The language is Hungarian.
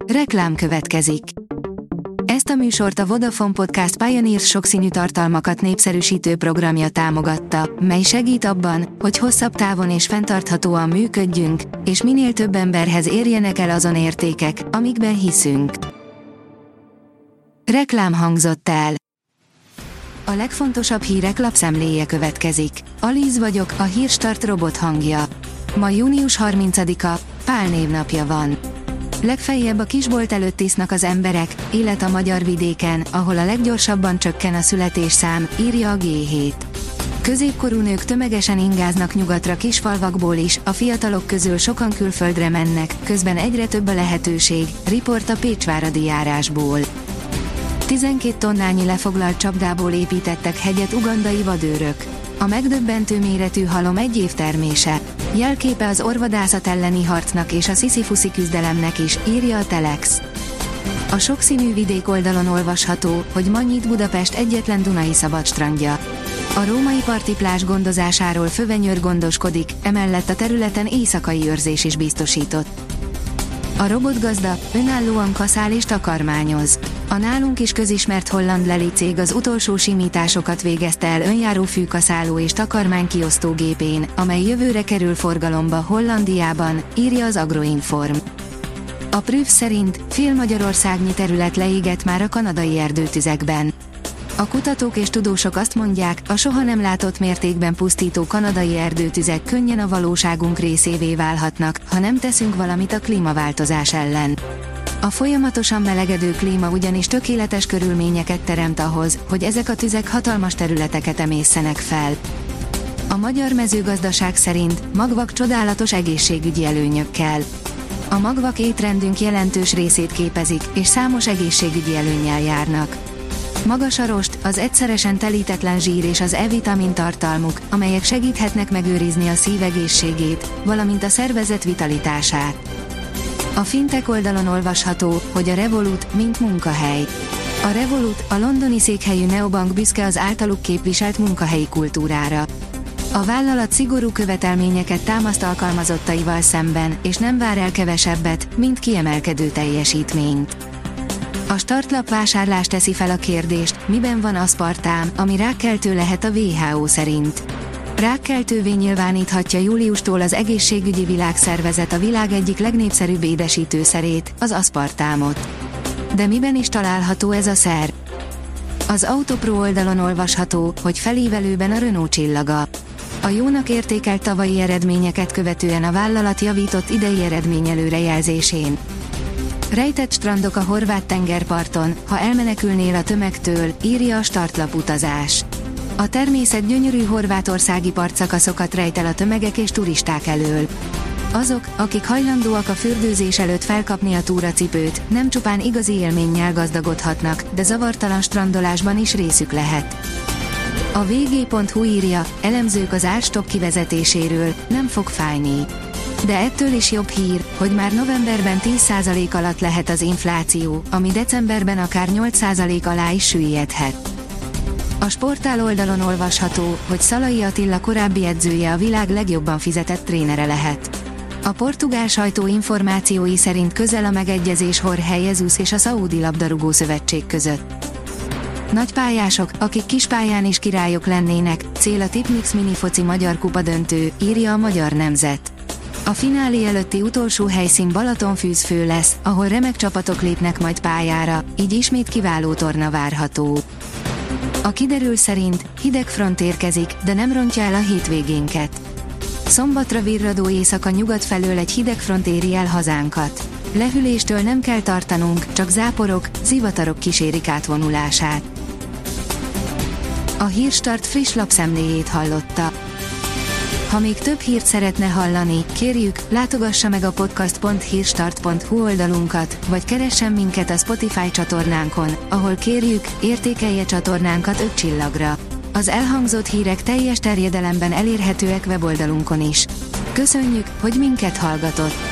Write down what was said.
Reklám következik. Ezt a műsort a Vodafone Podcast Pioneers sokszínű tartalmakat népszerűsítő programja támogatta, mely segít abban, hogy hosszabb távon és fenntarthatóan működjünk, és minél több emberhez érjenek el azon értékek, amikben hiszünk. Reklám hangzott el. A legfontosabb hírek lapszemléje következik. Alíz vagyok, a Hírstart robot hangja. Ma június 30-a, Pál névnapja van. Legfeljebb a kisbolt előtt isznak az emberek, élet a magyar vidéken, ahol a leggyorsabban csökken a születésszám, írja a G7. Középkorú nők tömegesen ingáznak nyugatra kisfalvakból is, a fiatalok közül sokan külföldre mennek, közben egyre több a lehetőség, riport a pécsváradi járásból. 12 tonnányi lefoglalt csapdából építettek hegyet ugandai vadőrök. A megdöbbentő méretű halom egy év termése. Jelképe az orvadászat elleni harcnak és a sziszifuszi küzdelemnek is, írja a Telex. A sokszínű vidék oldalon olvasható, hogy ma nyit Budapest egyetlen dunai szabadstrandja. A római parti plázs gondozásáról Fővenyőr gondoskodik, emellett a területen éjszakai őrzés is biztosított. A robotgazda önállóan kaszál és takarmányoz. A nálunk is közismert holland Leli cég az utolsó simításokat végezte el önjáró fűkaszáló és takarmánykiosztógépén, amely jövőre kerül forgalomba Hollandiában, írja az Agroinform. A Prüf szerint fél magyarországnyi terület leégett már a kanadai erdőtüzekben. A kutatók és tudósok azt mondják, a soha nem látott mértékben pusztító kanadai erdőtüzek könnyen a valóságunk részévé válhatnak, ha nem teszünk valamit a klímaváltozás ellen. A folyamatosan melegedő klíma ugyanis tökéletes körülményeket teremt ahhoz, hogy ezek a tüzek hatalmas területeket emésszenek fel. A magyar mezőgazdaság szerint magvak csodálatos egészségügyi előnyökkel. A magvak étrendünk jelentős részét képezik, és számos egészségügyi előnnyel járnak. Magas a rost, az egyszeresen telítetlen zsír és az E-vitamin tartalmuk, amelyek segíthetnek megőrizni a szív egészségét, valamint a szervezet vitalitását. A Fintech oldalon olvasható, hogy a Revolut, mint munkahely. A Revolut, a londoni székhelyű neobank büszke az általuk képviselt munkahelyi kultúrára. A vállalat szigorú követelményeket támaszt alkalmazottaival szemben, és nem vár el kevesebbet, mint kiemelkedő teljesítményt. A startlap vásárlás teszi fel a kérdést, miben van aszpartám, ami rákkeltő lehet a WHO szerint. Rákkeltővé nyilváníthatja júliustól az Egészségügyi Világszervezet a világ egyik legnépszerűbb édesítőszerét, az aszpartámot. De miben is található ez a szer? Az Autopro oldalon olvasható, hogy felívelőben a Renault csillaga. A jónak értékelt tavalyi eredményeket követően a vállalat javított idei eredményelőrejelzésén. Rejtett strandok a horvát tengerparton, ha elmenekülnél a tömegtől, írja a Startlap utazás. A természet gyönyörű horvátországi partszakaszokat rejt el a tömegek és turisták elől. Azok, akik hajlandóak a fürdőzés előtt felkapni a túracipőt, nem csupán igazi élménnyel gazdagodhatnak, de zavartalan strandolásban is részük lehet. A vg.hu írja, elemzők az árstopp kivezetéséről, nem fog fájni. De ettől is jobb hír, hogy már novemberben 10% alatt lehet az infláció, ami decemberben akár 8% alá is süllyedhet. A sportál oldalon olvasható, hogy Szalai Attila korábbi edzője a világ legjobban fizetett trénere lehet. A portugál sajtó információi szerint közel a megegyezés Jorge Jesus és a Szaúdi labdarúgó szövetség között. Nagy pályások, akik kispályán is királyok lennének, cél a Tipmix minifoci magyar kupa döntő, írja a Magyar Nemzet. A finálé előtti utolsó helyszín Balatonfűzfő lesz, ahol remek csapatok lépnek majd pályára, így ismét kiváló torna várható. A kiderül szerint hideg front érkezik, de nem rontja el a hétvégénket. Szombatra virradó éjszaka nyugat felől egy hideg front éri el hazánkat. Lehűléstől nem kell tartanunk, csak záporok, zivatarok kísérik átvonulását. A Hírstart friss lapszemléjét hallotta. Ha még több hírt szeretne hallani, kérjük, látogassa meg a podcast.hírstart.hu oldalunkat, vagy keressen minket a Spotify csatornánkon, ahol kérjük, értékelje csatornánkat 5 csillagra. Az elhangzott hírek teljes terjedelemben elérhetőek weboldalunkon is. Köszönjük, hogy minket hallgatott!